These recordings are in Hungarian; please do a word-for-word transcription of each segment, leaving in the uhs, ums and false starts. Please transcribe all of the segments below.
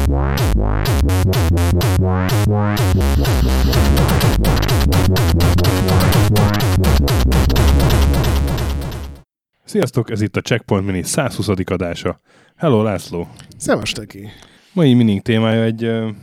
Sziasztok, ez itt a Checkpoint Mini száz huszadik adása. Hello, László! Szevas, Teki! Mai minink témája egy,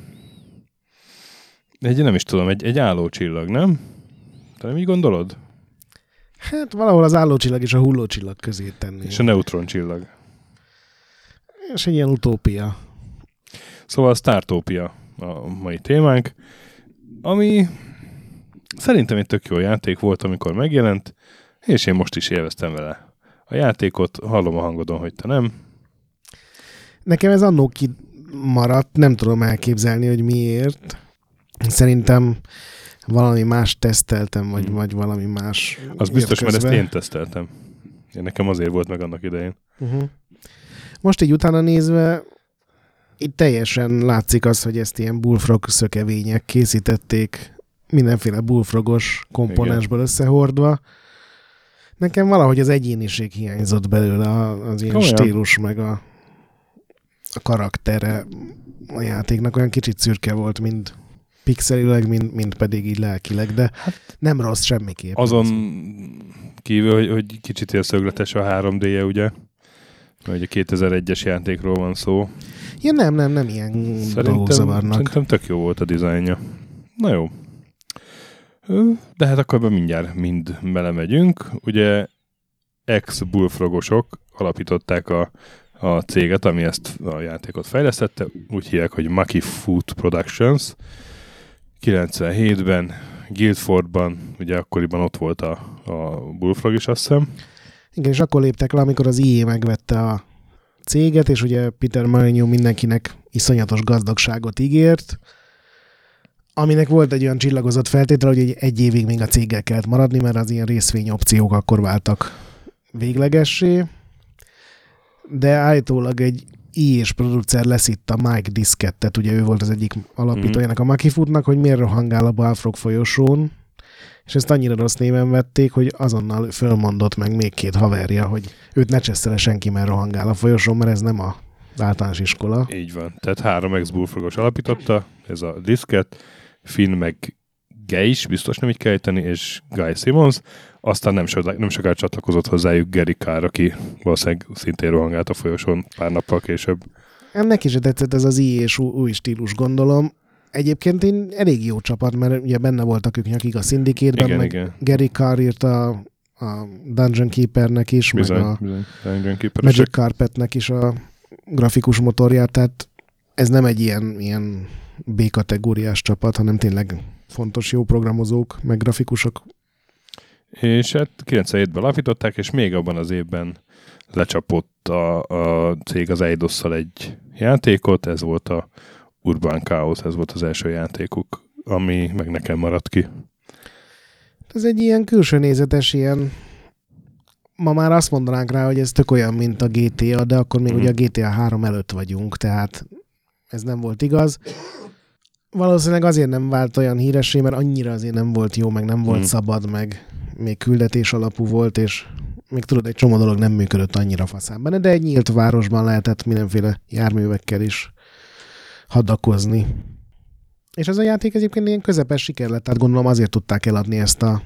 egy nem is tudom, egy, egy állócsillag, nem? Te nem így gondolod? Hát valahol az állócsillag és a hullócsillag közé tenni. És a neutroncsillag. És egy ilyen utópia. Szóval a Startopia a mai témánk, ami szerintem egy tök jó játék volt, amikor megjelent, és én most is élveztem vele a játékot, hallom a hangodon, hogy te nem. Nekem ez annó kimaradt, nem tudom elképzelni, hogy miért. Szerintem valami más teszteltem, vagy, hmm. vagy valami más. Az biztos, mert ezt én teszteltem. Én nekem azért volt meg annak idején. Uh-huh. Most így utána nézve, itt teljesen látszik az, hogy ezt ilyen bullfrog szökevények készítették, mindenféle bullfrogos komponensből összehordva. Nekem valahogy az egyéniség hiányzott belőle, az ilyen Olyan. stílus, meg a, a karaktere a játéknak olyan kicsit szürke volt, mind pixelileg, mind, mind pedig így lelkileg, de hát nem rossz semmiképp. Azon kívül, hogy, hogy kicsit ilyen szögletes a három dé-je, ugye? Mert a kétezer-egyes játékról van szó. Ja, nem, nem, nem ilyen dolgok zavarnak. Szerintem tök jó volt a dizájnja. Na jó. De hát akkor mindjárt mind belemegyünk. Ugye ex-bullfrogosok alapították a, a céget, ami ezt a játékot fejlesztette. Úgy hívják, hogy Maki Food Productions. kilencvenhétben Guildfordban, ugye akkoriban ott volt a, a bullfrog is, azt hiszem. Igen, és akkor léptek le, amikor az i á megvette a céget, és ugye Peter Molyneux mindenkinek iszonyatos gazdagságot ígért, aminek volt egy olyan csillagozott feltétel, hogy egy, egy évig még a céggel kellett maradni, mert az ilyen részvényopciók akkor váltak véglegessé. De állítólag egy i á-s producer leszitta Mike Diskettet, ugye ő volt az egyik alapítójának a Maki Foodnak, hogy miért rohangál a Bullfrog folyosón, és ezt annyira rossz néven vették, hogy azonnal fölmondott meg még két haverja, hogy őt ne cseszele senki, mert rohangál a folyosón, mert ez nem a általános iskola. Így van. Tehát három ex-bullfrogos alapította, ez a Diskett, Finn meg Geish, biztos nem így kell ejteni, és Guy Simmons, aztán nem, so, nem sokára csatlakozott hozzájuk Gary Carr, aki valószínűleg szintén rohangált a folyosón pár nappal később. Neki se tetszett ez az i á-s új stílus, gondolom. Egyébként én elég jó csapat, mert ugye benne voltak ők nyakig a Syndicate-ben, igen, meg igen. Gary Carr írt a, a Dungeon Keepernek is, bizony, meg a bizony. Dungeon Keeper Magic Carpetnek is a grafikus motorját, tehát ez nem egy ilyen, ilyen B-kategóriás csapat, hanem tényleg fontos jó programozók, meg grafikusok. És hát kilencvenhétben alapították, és még abban az évben lecsapott a, a cég az Eidos-szal egy játékot, ez volt a Urban Chaos, ez volt az első játékuk, ami meg nekem maradt ki. Ez egy ilyen külső nézetes, ilyen ma már azt mondanánk rá, hogy ez tök olyan, mint a gé té á, de akkor még mm. ugye a gé té á három előtt vagyunk, tehát ez nem volt igaz. Valószínűleg azért nem vált olyan híressé, mert annyira azért nem volt jó, meg nem volt mm. szabad, meg még küldetés alapú volt, és még tudod, egy csomó dolog nem működött annyira faszán benne, de egy nyílt városban lehetett mindenféle járművekkel is hadakozni. És ez a játék egyébként ilyen közepes siker lett, tehát gondolom azért tudták eladni ezt a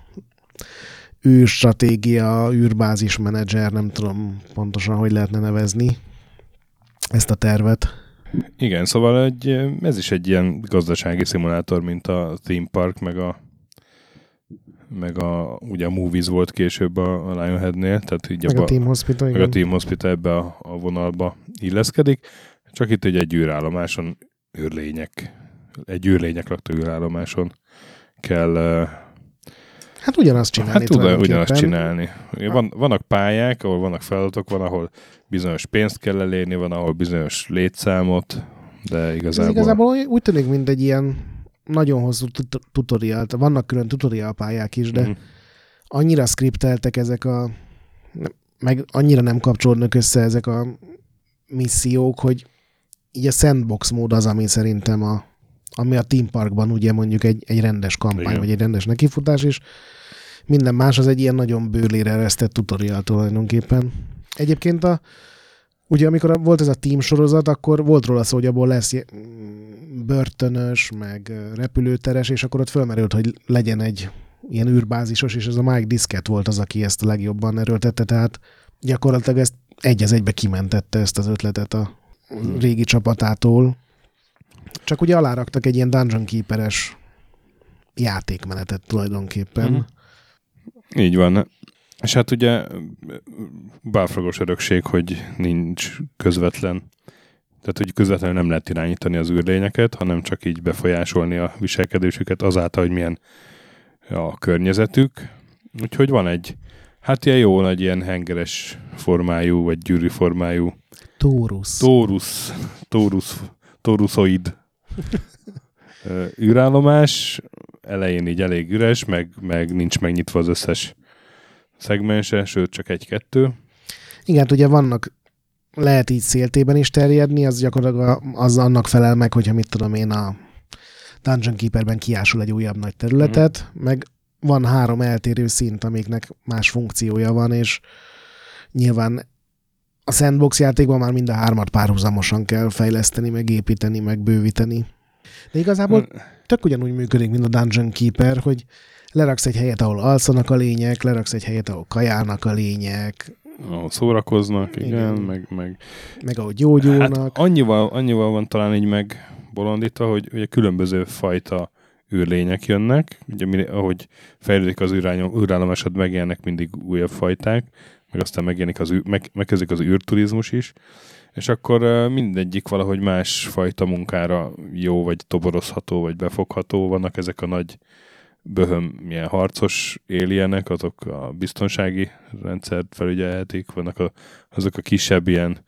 űrstratégia, űrbázis menedzser, nem tudom pontosan, hogy lehetne nevezni ezt a tervet. Igen, szóval egy, ez is egy ilyen gazdasági szimulátor, mint a Theme Park, meg a meg a, ugye a Movies volt később a, a Lionheadnél, tehát így meg a, a Team Hospital, meg a Team Hospital ebbe a, a vonalba illeszkedik, csak itt egy, egy űrállomáson űrlények, egy űrlények lakta űrállomáson kell hát ugyanazt csinálni. Hát tud ugyanazt csinálni. Van, vannak pályák, ahol vannak feladatok, van, ahol bizonyos pénzt kell elérni, van, ahol bizonyos létszámot, de igazából... Ez igazából úgy tűnik, mint egy ilyen nagyon hosszú tutoriált, vannak külön tutoriál pályák is, de mm. annyira skripteltek ezek a, meg annyira nem kapcsolódnak össze ezek a missziók, hogy így a sandbox mód az, ami szerintem a, ami a Theme Parkban ugye mondjuk egy, egy rendes kampány, igen, vagy egy rendes nekifutás is. Minden más az egy ilyen nagyon bőlére eresztett tutoriál tulajdonképpen. Egyébként a, Ugye amikor volt ez a Team sorozat, akkor volt róla szó, hogy abból lesz börtönös, meg repülőteres, és akkor ott fölmerült, hogy legyen egy ilyen űrbázisos, és ez a Mike Diskett volt az, aki ezt a legjobban erőltette, tehát gyakorlatilag ezt egy az egybe kimentette ezt az ötletet a régi csapatától. Csak ugye aláraktak egy ilyen Dungeon Keeper-es játékmenetet tulajdonképpen. Mm. Így van. És hát ugye Balfrogos örökség, hogy nincs közvetlen, tehát hogy közvetlenül nem lehet irányítani az űrlényeket, hanem csak így befolyásolni a viselkedésüket azáltal, hogy milyen a környezetük. Úgyhogy van egy, hát ilyen jó nagy ilyen hengeres formájú, vagy gyűrű formájú Tórusz. Tórusz. Tórusz. Tóruszoid űrállomás. Elején így elég üres, meg, meg nincs megnyitva az összes szegmense, sőt csak egy-kettő. Igen, ugye vannak, lehet így széltében is terjedni, az gyakorlatilag az annak felel meg, hogyha mit tudom én a Dungeon Keeperben kiásul egy újabb nagy területet, mm. meg van három eltérő szint, amiknek más funkciója van, és nyilván a sandbox játékban már mind a hármat párhuzamosan kell fejleszteni, meg építeni, meg bővíteni. De igazából tök ugyanúgy működik, mint a Dungeon Keeper, hogy leraksz egy helyet, ahol alszanak a lények, leraksz egy helyet, ahol kajálnak a lények. Ahol szórakoznak, igen, igen. Meg, meg... meg ahol gyógyulnak. Hát annyival, annyival van talán így megbolondítva, hogy ugye különböző fajta űrlények jönnek, ugye ahogy fejlődik az űrállomásod, megjelennek mindig újabb fajták, meg aztán megjelenik az, meg, megkezdik az űrturizmus is, és akkor mindegyik valahogy más fajta munkára jó, vagy toborozható, vagy befogható. Vannak ezek a nagy böhöm, milyen harcos alienek, azok a biztonsági rendszert felügyelhetik, vannak a, azok a kisebb ilyen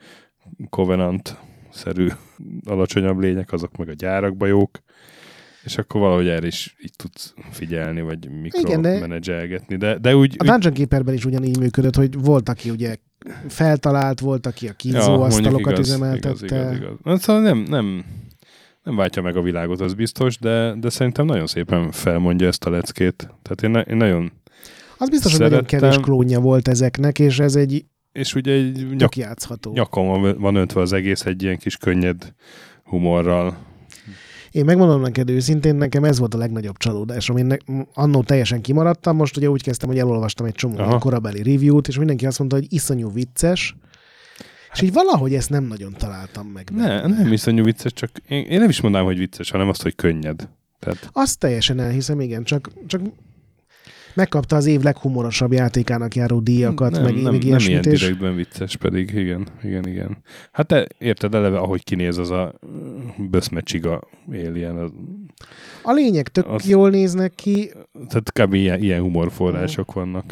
Covenant-szerű alacsonyabb lények, azok meg a gyárakba jók, és akkor valahogy erre is így tudsz figyelni, vagy mikromenedzselgetni. De, de úgy... A Dungeon Keeperben is ugyanígy működött, hogy volt, aki ugye feltalált, volt, aki a kínzó ja, asztalokat igaz, üzemeltette. Igaz, igaz, igaz. Szóval nem, nem, nem váltja meg a világot, az biztos, de, de szerintem nagyon szépen felmondja ezt a leckét. Tehát én, én nagyon Az biztos, szerettem. hogy nagyon kevés klónja volt ezeknek, és ez egy és ugye egy nyak, játszható. Nyakon van öntve az egész egy ilyen kis könnyed humorral. Én megmondom neked őszintén, nekem ez volt a legnagyobb csalódás, amin ne- annó teljesen kimaradtam, most ugye úgy kezdtem, hogy elolvastam egy csomó korabeli review-t, és mindenki azt mondta, hogy iszonyú vicces, és így valahogy ezt nem nagyon találtam meg. Ne, nem iszonyú vicces, csak én, én nem is mondanám, hogy vicces, hanem azt, hogy könnyed. Tehát... Azt teljesen elhiszem, igen, csak, csak megkapta az év leghumorosabb játékának járó díjakat, nem, meg nem, még nem ilyen és... direktben vicces pedig, igen, igen, igen. Hát te érted eleve, ahogy kinéz az a böszmecsiga alien. Az, a lények tök az, jól néznek ki. Tehát kb. ilyen, ilyen humorforrások vannak.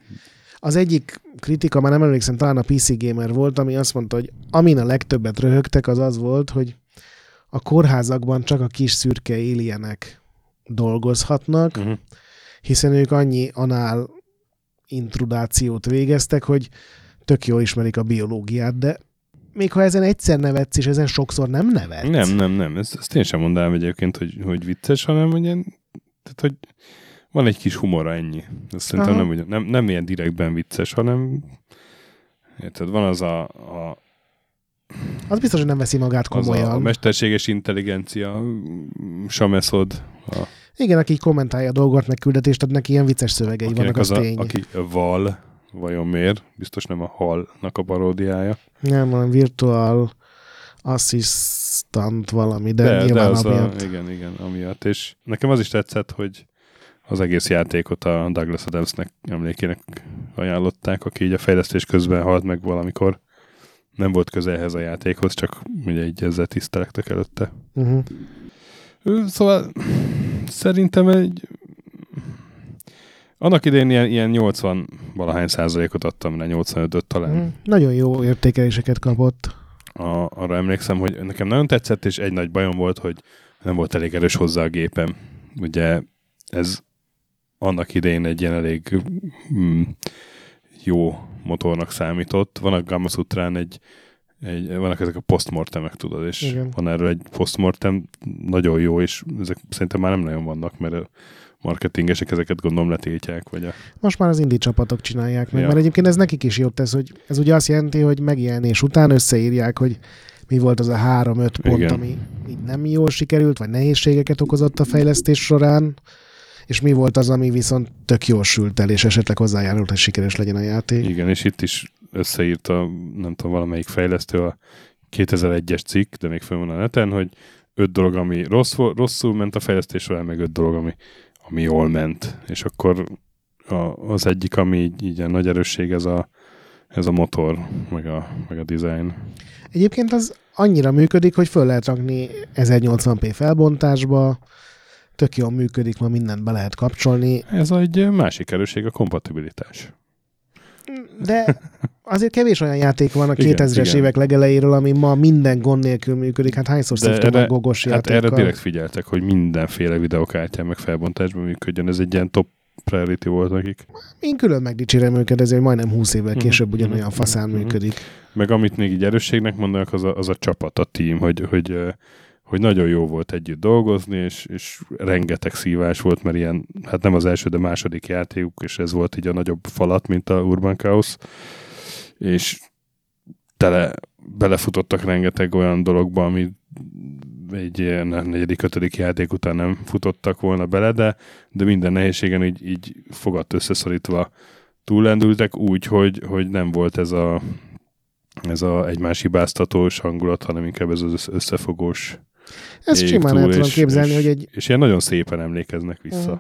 Az egyik kritika, már nem emlékszem, talán a pé cé Gamer volt, ami azt mondta, hogy amin a legtöbbet röhögtek, az az volt, hogy a kórházakban csak a kis szürke alienek dolgozhatnak, uh-huh. hiszen ők annyi anál intrudációt végeztek, hogy tök jól ismerik a biológiát, de még ha ezen egyszer nevetsz, és ezen sokszor nem nevetsz. Nem, nem, nem. Ezt, ezt én sem mondanám egyébként, hogy, hogy vicces, hanem hogy, ilyen, tehát, hogy van egy kis humora, ennyi. Ezt szerintem nem, nem, nem ilyen direktben vicces, hanem érted, van az a, a az biztos, hogy nem veszi magát komolyan. Az a, a mesterséges intelligencia, Sameszod. A... Igen, aki kommentálja a dolgot, meg küldetést, ad neki ilyen vicces szövegei akinek vannak, az, az a, tény. Aki val, vajon miért? Biztos nem a halnak a paródiája. Nem, hanem virtual assistant valami, de, de nyilván de az amiatt. A, igen, igen, amiatt. És nekem az is tetszett, hogy az egész játékot a Douglas Adamsnek emlékének ajánlották, aki így a fejlesztés közben halt meg valamikor. Nem volt köze ehhez a játékhoz, csak ugye így ezzel tisztelektek előtte. Uh-huh. Szóval szerintem egy... Annak idején ilyen, ilyen nyolcvan valahány százalékot adtam rá, nyolcvanötöt talán. Uh-huh. Nagyon jó értékeléseket kapott. A, arra emlékszem, hogy nekem nagyon tetszett, és egy nagy bajom volt, hogy nem volt elég erős hozzá a gépem. Ugye ez annak idején egy ilyen elég mm, jó motornak számított. Van a Gamasutrán egy, egy, vannak ezek a postmortemek, tudod, és igen. Van erről egy postmortem, nagyon jó, és ezek szerintem már nem nagyon vannak, mert marketingesek ezeket gondolom letiltják, vagy a... Most már az indie csapatok csinálják meg, Ja. mert egyébként ez nekik is jót tesz, hogy ez ugye azt jelenti, hogy megjelenés után összeírják, hogy mi volt az a három-öt pont, Igen. ami így nem jól sikerült, vagy nehézségeket okozott a fejlesztés során, és mi volt az, ami viszont tök jól sült el, és esetleg hozzájárult, hogy sikeres legyen a játék. Igen, és itt is összeírta, nem tudom, valamelyik fejlesztő a kétezer-egyes cikk, de még fönn van a neten, hogy öt dolog, ami rossz, volt- rosszul ment a fejlesztés során, meg öt dolog, ami, ami jól ment. És akkor a, az egyik, ami így, így a nagy erősség, ez a, ez a motor, meg a, meg a design. Egyébként az annyira működik, hogy föl lehet rakni ezernyolcvan pé felbontásba, tök jól működik, ma mindent be lehet kapcsolni, Ez egy másik erősség, a kompatibilitás. de azért kevés olyan játék van a Igen, kétezres igen. évek legelejéről, ami ma minden gond nélkül működik. Hát hányszor De szívtam erre- a gogos Hát játékkal. erre direkt figyeltek, hogy mindenféle videokártyán meg felbontásban működjön. Ez egy ilyen top priority volt nekik. Én külön megdicsérem őket, ezért majdnem húsz évvel Mhm, később ugyanolyan mhm, faszán mhm. működik. Meg amit még így erősségnek mondanak, az a, az a csapat, a team, hogy, hogy, eh, hogy nagyon jó volt együtt dolgozni, és, és rengeteg szívás volt, mert ilyen, hát nem az első, de második játékuk, és ez volt így a nagyobb falat, mint a Urban Chaos, és tele belefutottak rengeteg olyan dologba, ami egy ilyen negyedik, ötödik játék után nem futottak volna bele, de, de minden nehézségen így, így fogadt összeszorítva túllendültek úgy, hogy, hogy nem volt ez a, ez a egymás hibáztatós hangulat, hanem inkább ez az összefogós. Ezt ég simán túl, el tudom és- képzelni, és, hogy egy És ilyen nagyon szépen emlékeznek vissza.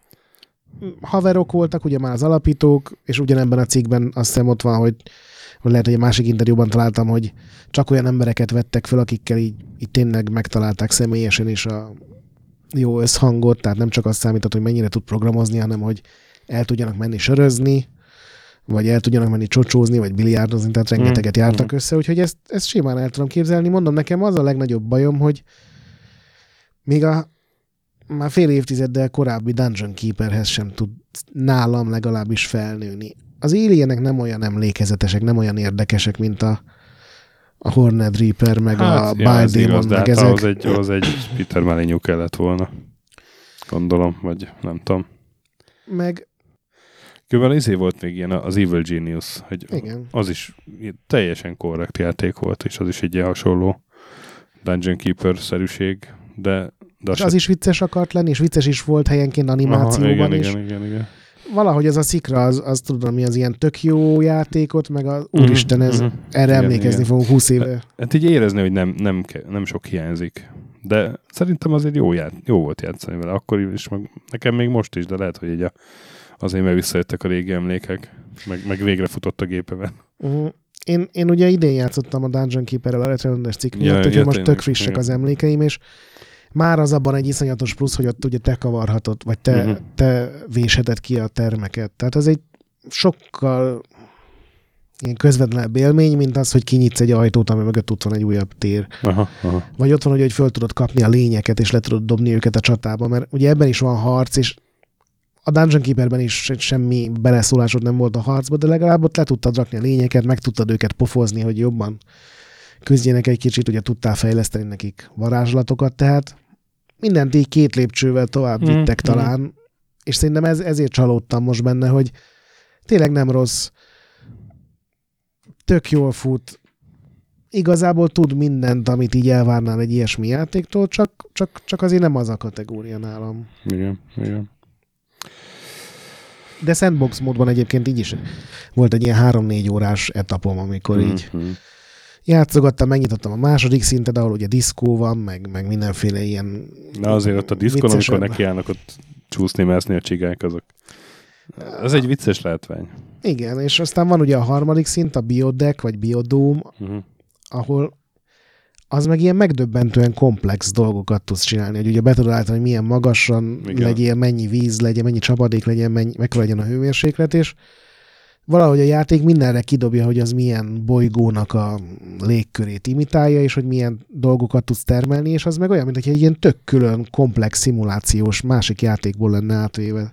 haverok voltak, ugye már az alapítók, és ugyanebben a cikkben azt hiszem ott van, hogy vagy lehet, hogy a másik interjúban találtam, hogy csak olyan embereket vettek fel, akikkel így, így tényleg megtalálták személyesen is a jó összhangot, tehát nem csak azt számított, hogy mennyire tud programozni, hanem hogy el tudjanak menni sörözni, vagy el tudjanak menni csocsózni, vagy biliárdozni, tehát rengeteget Mm, jártak mm. össze, úgyhogy ezt, ezt simán el tudom képzelni. Mondom, nekem az a legnagyobb bajom, hogy még a már fél évtizeddel korábbi Dungeon Keeperhez sem tud nálam legalábbis felnőni. Az alienek nem olyan emlékezetesek, nem olyan érdekesek, mint a, a Horned Reaper, meg Hát, a ja, ez Bile Demon, igaz, de meg hát ezek. ahhoz egy, ahhoz egy Peter Molyneux kellett volna. Gondolom, vagy nem tudom. Meg, Különben izé volt még ilyen az Evil Genius, hogy igen. az is teljesen korrekt játék volt, és az is egy ilyen hasonló Dungeon Keeper-szerűség, de, de És az is vicces akart lenni, és vicces is volt helyenként animációban Aha, igen, is. igen, igen, igen. Valahogy az a szikra, az, az tudom, mi az ilyen tök jó játékot, meg az úristen, ez, Mhm, erre igen, emlékezni igen. fogunk húsz éve. Hát így érezni, hogy nem, nem, ke- nem sok hiányzik. De szerintem azért jó, ját, jó volt játszani vele. Akkor is, meg nekem még most is, de lehet, hogy így a, azért mert visszajöttek a régi emlékek. Meg, meg végre futott a gépemen. Uh-huh. Én, én ugye idén játszottam a Dungeon Keeper-rel a Retrondes cikk miatt, Ja, úgyhogy ja, most tényleg, tök frissek igen. az emlékeim, és már az abban egy iszonyatos plusz, hogy ott ugye te kavarhatod, vagy te, Mhm. te vésheted ki a termeket. Tehát az egy sokkal ilyen közvetlenebb élmény, mint az, hogy kinyitsz egy ajtót, ami mögött ott van egy újabb tér. Aha, aha. Vagy ott van, hogy, hogy föl tudod kapni a lényeket, és le tudod dobni őket a csatába, mert ugye ebben is van harc, és a Dungeon Keeperben is semmi beleszólásod nem volt a harcba, de legalább ott le tudtad rakni a lényeket, meg tudtad őket pofozni, hogy jobban küzdjenek egy kicsit, ugye tudtál fejleszteni nekik varázslatokat, tehát mindent így két lépcsővel tovább Mhm, vittek mhm. talán, és szerintem ez, ezért csalódtam most benne, hogy tényleg nem rossz, tök jól fut, igazából tud mindent, amit így elvárnál egy ilyesmi játéktól, csak, csak, csak azért nem az a kategória nálam. Igen, igen. De sandbox módban egyébként így is volt egy ilyen három-négy órás etapom, amikor így Mhm. játszogattam, megnyitottam a második szintet, ahol ugye diszkó van, meg, meg mindenféle ilyen Na azért ott a diszkon, viccesebb. amikor nekiállnak ott csúszni, mászni a csigák, azok. Ez egy vicces látvány. Igen, és aztán van ugye a harmadik szint, a Biodeck, vagy Biodome, Uh-huh. ahol az meg ilyen megdöbbentően komplex dolgokat tudsz csinálni, hogy ugye be tudod állítani, hogy milyen magasan Igen. legyél, mennyi víz legyen, mennyi csapadék legyen, mennyi, mekkora legyen a hőmérséklet, és valahogy a játék mindenre kidobja, hogy az milyen bolygónak a légkörét imitálja, és hogy milyen dolgokat tudsz termelni, és az meg olyan, mint hogy egy ilyen tök külön, komplex, szimulációs másik játékból lenne átvéve.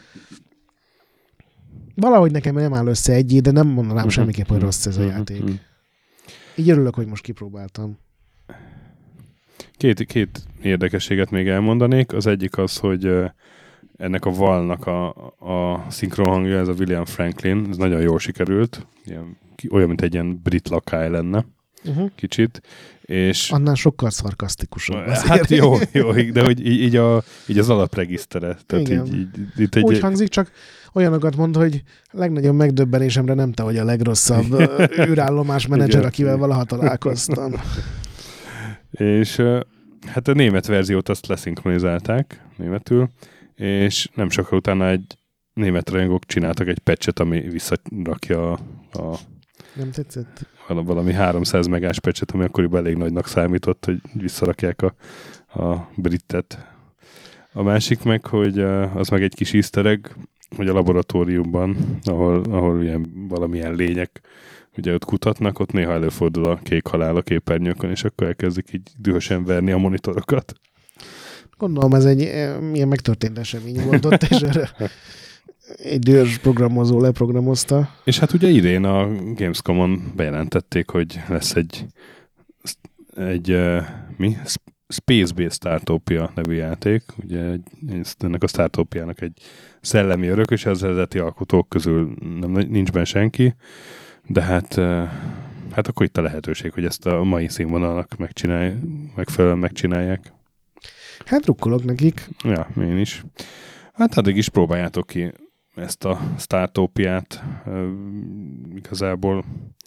Valahogy nekem nem áll össze egy, de nem mondanám Uh-huh. semmiképp, hogy rossz ez a Uh-huh. játék. Uh-huh. Így örülök, hogy most kipróbáltam. Két, két érdekességet még elmondanék. Az egyik az, hogy uh, ennek a Valnak a, a szinkronhangja, ez a William Franklin, ez nagyon jól sikerült, ilyen, olyan, mint egy ilyen brit lakály lenne, uh-huh. kicsit. És annál sokkal szarkasztikusabb. Hát jó, jó, de hogy így, így, a, így az alapregisztere. Tehát igen. Így, így, így egy úgy hangzik, csak olyanokat mond, hogy a legnagyobb megdöbbenésemre nem te vagy a legrosszabb űrállomás menedzser, akivel valaha találkoztam. És hát a német verziót azt leszinkronizálták németül, és nem sokkal utána egy német rajongók csináltak egy patchet, ami visszarakja a, a nem tetszett? Valami háromszáz megás patchet, ami akkoriban elég nagynak számított, hogy visszarakják a, a britet. A másik meg, hogy az meg egy kis easter egg, hogy a laboratóriumban, ahol, ahol ilyen, valamilyen lények ugye ott kutatnak, ott néha előfordul a kék halál a képernyőkön, és akkor elkezdik így dühösen verni a monitorokat. Gondolom, ez egy milyen megtörtént esemény volt ott, és erre egy dühös programozó leprogramozta. És hát ugye idén a Gamescom-on bejelentették, hogy lesz egy, egy uh, mi? Space-Based Startopia nevű játék. Ugye ennek a Startopiának egy szellemi örök, és az eredeti alkotók közül nem, nincs benne senki, de hát, uh, hát akkor itt a lehetőség, hogy ezt a mai színvonalnak megcsinálj, megfelelően megcsinálják. Hát rukkolok nekik. Ja, én is. Hát addig is próbáljátok ki ezt a Startopiát. Uh, igazából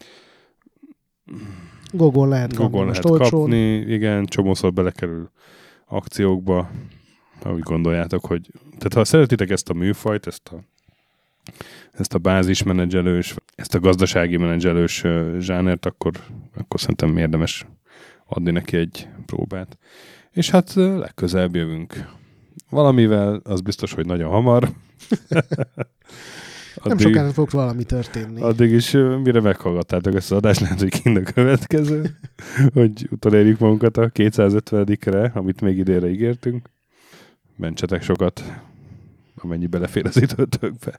Gogon lehet kapni. Gogon lehet kapni, igen, csomószor belekerül akciókba, ha úgy gondoljátok, hogy... Tehát ha szeretitek ezt a műfajt, ezt a, ezt a bázismenedzselős, ezt a gazdasági menedzselős zsánert, akkor, akkor szerintem érdemes adni neki egy próbát. És hát legközelebb jövünk. Valamivel, az biztos, hogy nagyon hamar. Addig, nem sokára fog valami történni. Addig is, mire meghallgattátok ezt az adást, lehet, hogy kint a következő, hogy utolérjük magunkat a kétszázötvenedikre, amit még idénre ígértünk. Mentsetek sokat, amennyi belefér az időtökbe.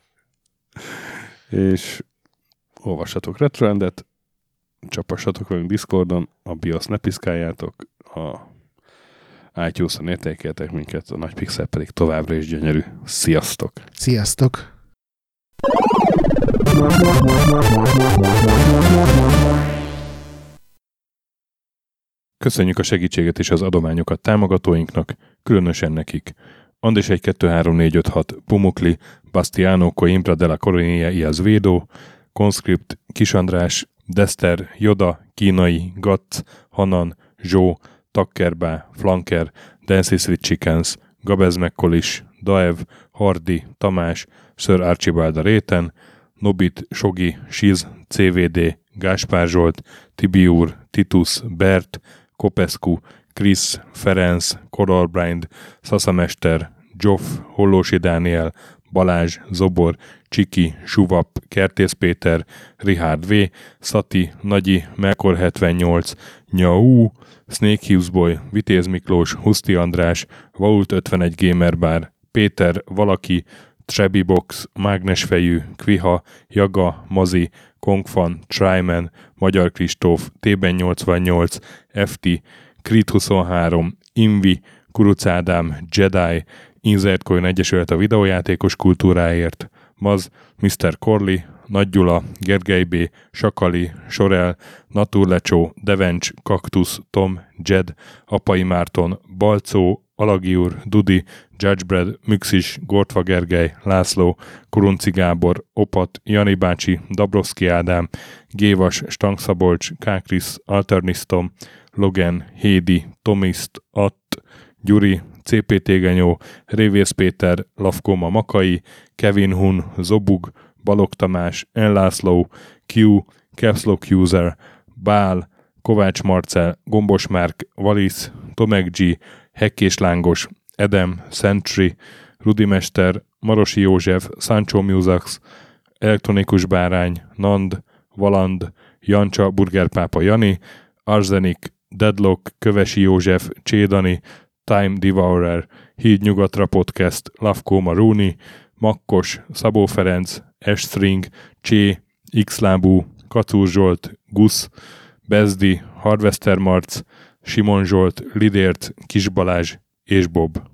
És olvassatok Retrorendet, csapassatok velünk Discordon, a BIOS ne piszkáljátok, a iTunes-on értékeltek minket, a Nagy Pixel pedig továbbra is gyönyörű. Sziasztok! Sziasztok! Köszönjük a segítséget és az adományokat támogatóinknak, különösen nekik. Andis egy kettő három négy öt hat, Pumukli, Bastiano Coimbra de la Coronia y Azvedo, Conscript, Kis András, Dester, Joda, Kínai, Gatz, Hanan, Zsó, Takkerbá, Flanker, Dancy Sweet Chickens, Gabez Mekkolis, Daev, Hardi, Tamás, Sir Archibald a Réten, Nobit, Sogi, Siz, cé vé dé, Gáspár Zsolt, Tibiur, Titus, Bert, Kopescu, Krisz, Ferenc, Kororbrind, Szaszamester, Zsoff, Hollósi Dániel, Balázs, Zobor, Csiki, Suvap, Kertész Péter, Richard V, Szati, Nagyi, Melkor hetvennyolc, Nyau, Snake Hughes Boy, Vitéz Miklós, Huszti András, Vault ötvenegy Gamerbar, Péter, Valaki, Trebibox, Mágnesfejű, Kviha, Jaga, Mazi, Kongfan, Tryman, Magyar Kristóf, Tében nyolcvannyolc, ef té, Krit huszonhárom, Invi, Kuruc Ádám, Jedi, Inzertcoin Egyesület a videójátékos kultúráért, Maz, miszter Corley, Nagy Gyula, Gergely B., Sakali, Sorel, Naturlecsó, Devencs, Kaktusz, Tom, Jed, Apai Márton, Balcó, Alagi úr, Dudi, Judgebred, Müxis, Gortva Gergely, László, Kurunci Gábor, Opat, Jani bácsi, Dabrowski Ádám, Gévas, Stangszabolcs, Kákris, Alternisztom, Logan, Hédi, Tomiszt, Att, Gyuri, cé pé té Genyó, Révész Péter, Lavkóma Makai, Kevin Hun, Zobug, Balog Tamás, Enlászló, Q, Capslock User, Bál, Kovács Marcel, Gombos Márk, Valisz, Tomek G, Hekkés Lángos, Edem, Sentry, Rudimester, Marosi József, Sancho Musax, Elektronikus Bárány, Nand, Valand, Jancsa, Burgerpápa Jani, Arzenik, Deadlock, Kövesi József, Csédani, Time Devourer, Híd Nyugatra Podcast, Lavkó Maruni, Makkos, Szabó Ferenc, S-String, Csé, X-Lábú, Kacúr Zsolt, Gusz, Bezdi, Harvester Marc, Simon Zsolt, Lidért, Kis Balázs és Bob.